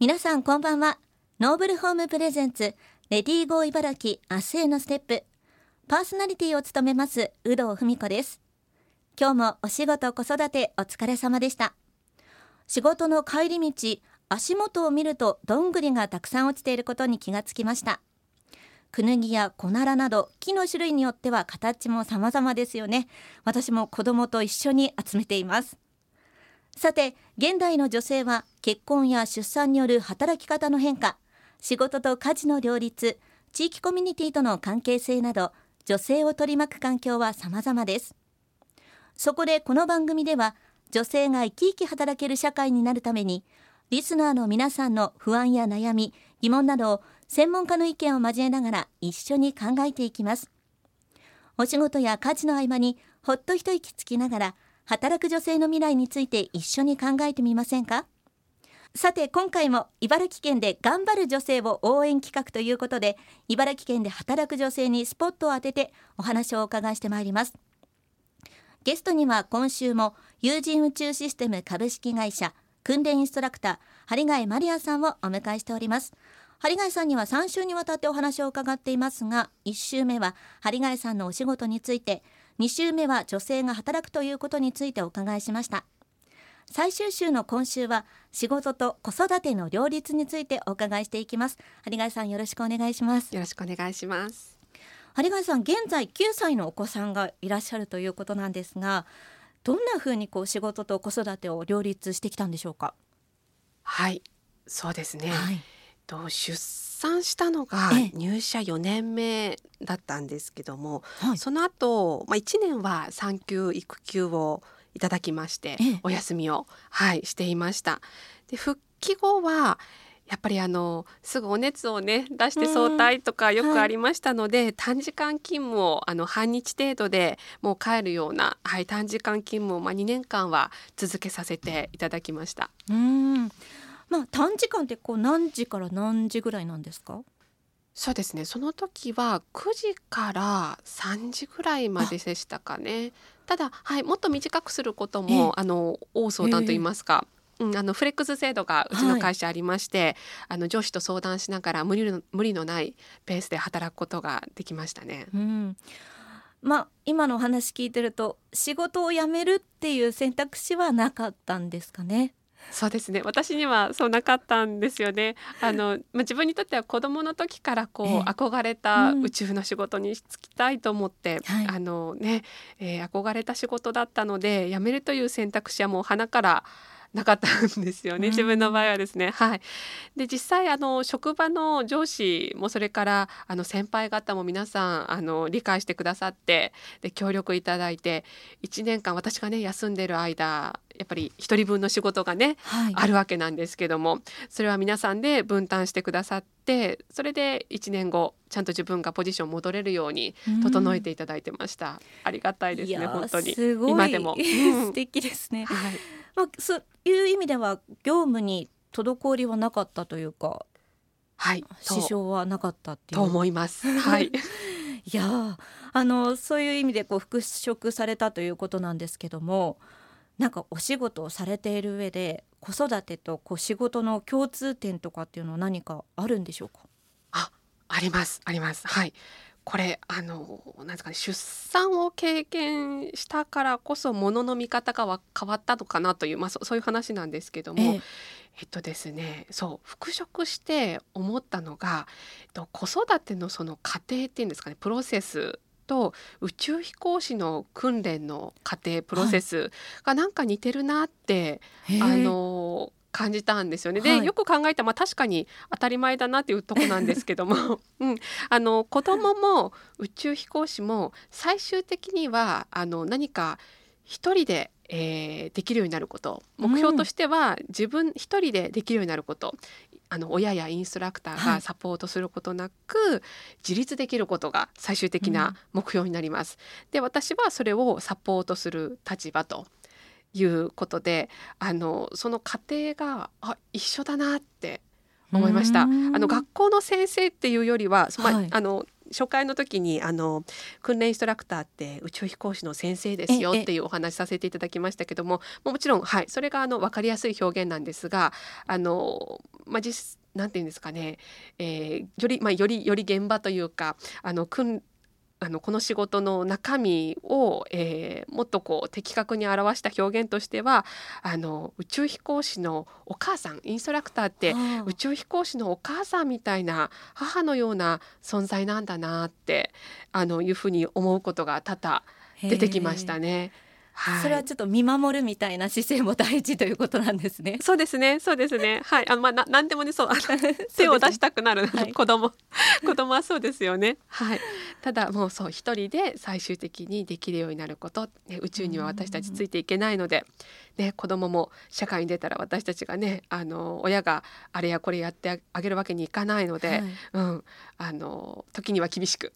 皆さんこんばんは。ノーブルホームプレゼンツレディーゴー茨城明日へのステップ、パーソナリティを務めます有働文子です。今日もお仕事子育てお疲れ様でした。仕事の帰り道、足元を見るとどんぐりがたくさん落ちていることに気がつきました。クヌギやコナラなど木の種類によっては形も様々ですよね。私も子供と一緒に集めています。さて、現代の女性は結婚や出産による働き方の変化、仕事と家事の両立、地域コミュニティとの関係性など、女性を取り巻く環境は様々です。そこでこの番組では、女性が生き生き働ける社会になるために、リスナーの皆さんの不安や悩み、疑問などを専門家の意見を交えながら一緒に考えていきます。お仕事や家事の合間にほっと一息つきながら、働く女性の未来について一緒に考えてみませんか。さて、今回も茨城県で頑張る女性を応援企画ということで、茨城県で働く女性にスポットを当ててお話をお伺いしてまいります。ゲストには今週も有人宇宙システム株式会社訓練インストラクター針貝マリアさんをお迎えしております。針貝さんには3週にわたってお話を伺っていますが、1週目は針貝さんのお仕事について、2週目は女性が働くということについてお伺いしました。最終週の今週は仕事と子育ての両立についてお伺いしていきます。針貝さん、よろしくお願いします。 よろしくお願いします。 針貝さん、現在9歳のお子さんがいらっしゃるということなんですが、どんなふうに仕事と子育てを両立してきたんでしょうか。 はい、そうですね、 はい、 出産したのが入社4年目だったんですけども、 はい、 その後、1年は産休育休をいただきまして、お休みを、していました。で、復帰後はやっぱりすぐお熱をね出して早退とかよくありましたので、短時間勤務を半日程度でもう帰るような、短時間勤務を2年間は続けさせていただきました。 短時間って何時から何時ぐらいなんですか。 そうですね、その時は9時から3時ぐらいまででしたかね。ただ、もっと短くすることも大相談といいますか、フレックス制度がうちの会社ありまして、上司と相談しながら無理のないペースで働くことができましたね。 今のお話聞いてると、仕事を辞めるっていう選択肢はなかったんですかね。 そうですね、私にはそうなかったんですよね。自分にとっては子供の時から憧れた宇宙の仕事に就きたいと思って、憧れた仕事だったので、辞めるという選択肢はもう鼻からなかったんですよね、自分の場合はですね。で、実際職場の上司もそれから先輩方も皆さん理解してくださって、で協力いただいて、1年間私がね休んでる間、やっぱり一人分の仕事がね、あるわけなんですけども、それは皆さんで分担してくださって、それで1年後ちゃんと自分がポジション戻れるように整えていただいてました。ありがたいですね、本当に。 すごい今でも、 素敵ですね。そういう意味では業務に滞りはなかったというか、支障はなかったっていうと思います。 いや、そういう意味で復職されたということなんですけども、お仕事をされている上で子育てと仕事の共通点とかっていうのは何かあるんでしょうか。 あります。これなんですかね、出産を経験したからこそ物の見方が変わったのかなという、そういう話なんですけども、ですね、復職して思ったのが、子育てのその過程っていうんですかね、プロセスと宇宙飛行士の訓練の過程プロセスがなんか似てるなって、感じたんですよね。で、よく考えたら、確かに当たり前だなっていうとこなんですけども、子供も宇宙飛行士も最終的には何か一人で、できるようになること、目標としては自分一人でできるようになること、親やインストラクターがサポートすることなく、自立できることが最終的な目標になります。で、私はそれをサポートする立場ということで、その過程が一緒だなって思いました。学校の先生っていうよりは、 初回の時に訓練インストラクターって宇宙飛行士の先生ですよっていうお話させていただきましたけども、もちろん、はい、それが分かりやすい表現なんですが、なんていうんですかね、より現場というかこの仕事の中身を、もっと的確に表した表現としては宇宙飛行士のお母さん、インストラクターって宇宙飛行士のお母さんみたいな母のような存在なんだなっていうふうに思うことが多々出てきましたね。はい、 それはちょっと見守るみたいな姿勢も大事ということなんですね。 そうですね、そうですね。はい、何でもね、そう手を出したくなる、 はい、 子供はそうですよね。はい。ただもうそう一人で最終的にできるようになること、ね、宇宙には私たちついていけないので、ね、子供も社会に出たら私たちがね親があれやこれやってあげるわけにいかないので、 はい、 時には厳しく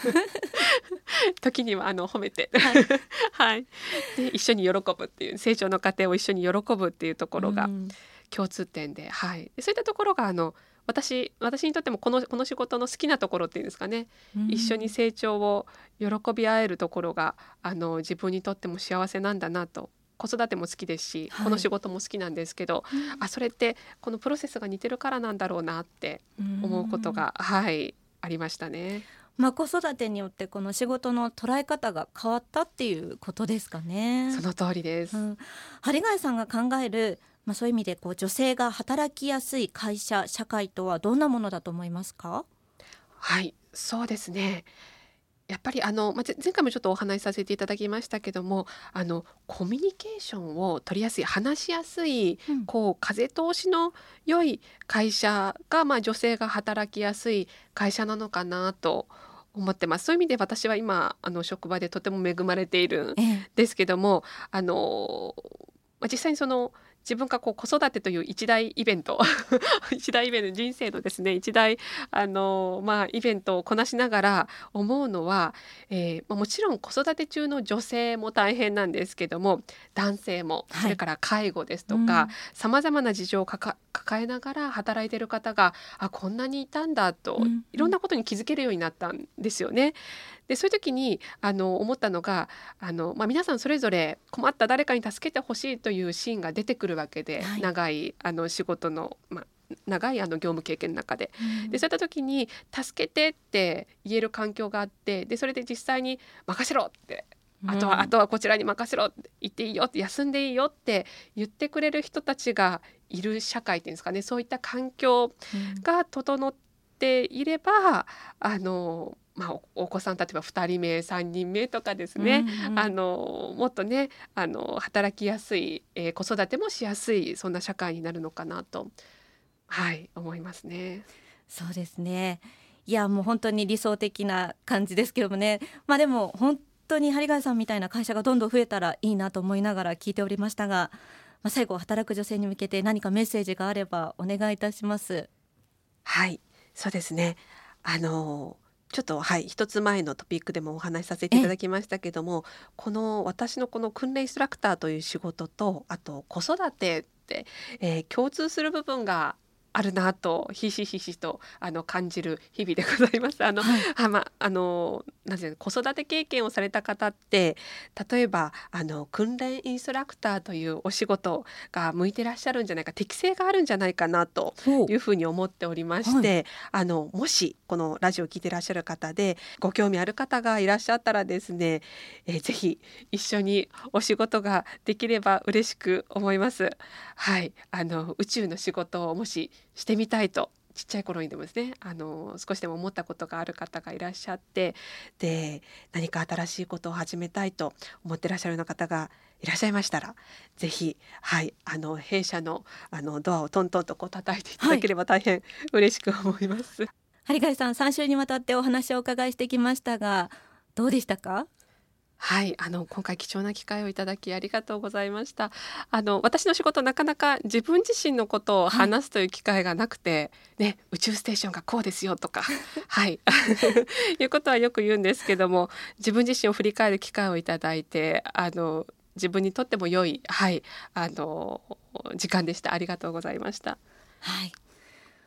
時には褒めて、 はい、 はい、で一緒に喜ぶっていう成長の過程を一緒に喜ぶっていうところが共通点で、はい、でそういったところが私にとってもこの仕事の好きなところっていうんですかね、一緒に成長を喜び合えるところが自分にとっても幸せなんだなと。子育ても好きですし、この仕事も好きなんですけど、それってこのプロセスが似てるからなんだろうなって思うことが、はい、ありましたね。 子育てによってこの仕事の捉え方が変わったっていうことですかね。 その通りです。 針貝さんが考える、そういう意味で女性が働きやすい会社社会とはどんなものだと思いますか？ はい、そうですね。やっぱり前回もちょっとお話しさせていただきましたけどもコミュニケーションを取りやすい、話しやすい、風通しの良い会社が、女性が働きやすい会社なのかなと思ってます。そういう意味で私は今職場でとても恵まれているんですけども、実際に自分が子育てという一大イベント一大イベント、人生のですね一大イベントをこなしながら思うのは、もちろん子育て中の女性も大変なんですけども、男性も、それから介護ですとかさまざまな事情を抱えながら働いている方がこんなにいたんだと、いろんなことに気づけるようになったんですよね。でそういう時に思ったのが皆さんそれぞれ困った誰かに助けてほしいというシーンが出てくるわけで、長い仕事の、長い業務経験の中で、でそういった時に助けてって言える環境があって、でそれで実際に任せろって、あとはこちらに任せろって言っていいよって、休んでいいよって言ってくれる人たちがいる社会っていうんですかね、そういった環境が整っていればお子さん例えば2人目3人目とかですね、もっとね働きやすい、子育てもしやすい、そんな社会になるのかなと、思いますね。 そうですね。いやもう本当に理想的な感じですけどもね、でも本当に針貝さんみたいな会社がどんどん増えたらいいなと思いながら聞いておりましたが、最後働く女性に向けて何かメッセージがあればお願いいたします。 はい、そうですね。ちょっと一つ前のトピックでもお話しさせていただきましたけども、私のこの訓練インストラクターという仕事と、あと子育てって、共通する部分があるなとひしひしと感じる日々でございます。なんていうの、子育て経験をされた方って、例えば訓練インストラクターというお仕事が向いてらっしゃるんじゃないか、適性があるんじゃないかなというふうに思っておりまして、もしこのラジオを聞いてらっしゃる方でご興味ある方がいらっしゃったらですね、ぜひ一緒にお仕事ができれば嬉しく思います。はい、宇宙の仕事をもししてみたいとちっちゃい頃にでもですね少しでも思ったことがある方がいらっしゃって、で何か新しいことを始めたいと思ってらっしゃるような方がいらっしゃいましたら、ぜひ、弊社のドアをトントンと叩いていただければ大変嬉しく思います。 針貝さん、3週にわたってお話をお伺いしてきましたが、どうでしたか？ はい、今回貴重な機会をいただきありがとうございました。私の仕事、なかなか自分自身のことを話すという機会がなくて、宇宙ステーションがこうですよとかいうことはよく言うんですけども、自分自身を振り返る機会をいただいて自分にとっても良い、時間でした。ありがとうございました。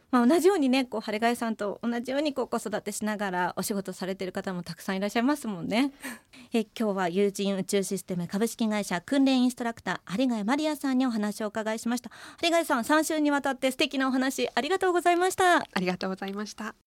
同じようにねこう晴貝さんと同じようにこう子育てしながらお仕事されている方もたくさんいらっしゃいますもんね。今日は有人宇宙システム株式会社訓練インストラクター有貝マリアさんにお話をお伺いしました。有貝さん、3週にわたって素敵なお話ありがとうございました。 ありがとうございました。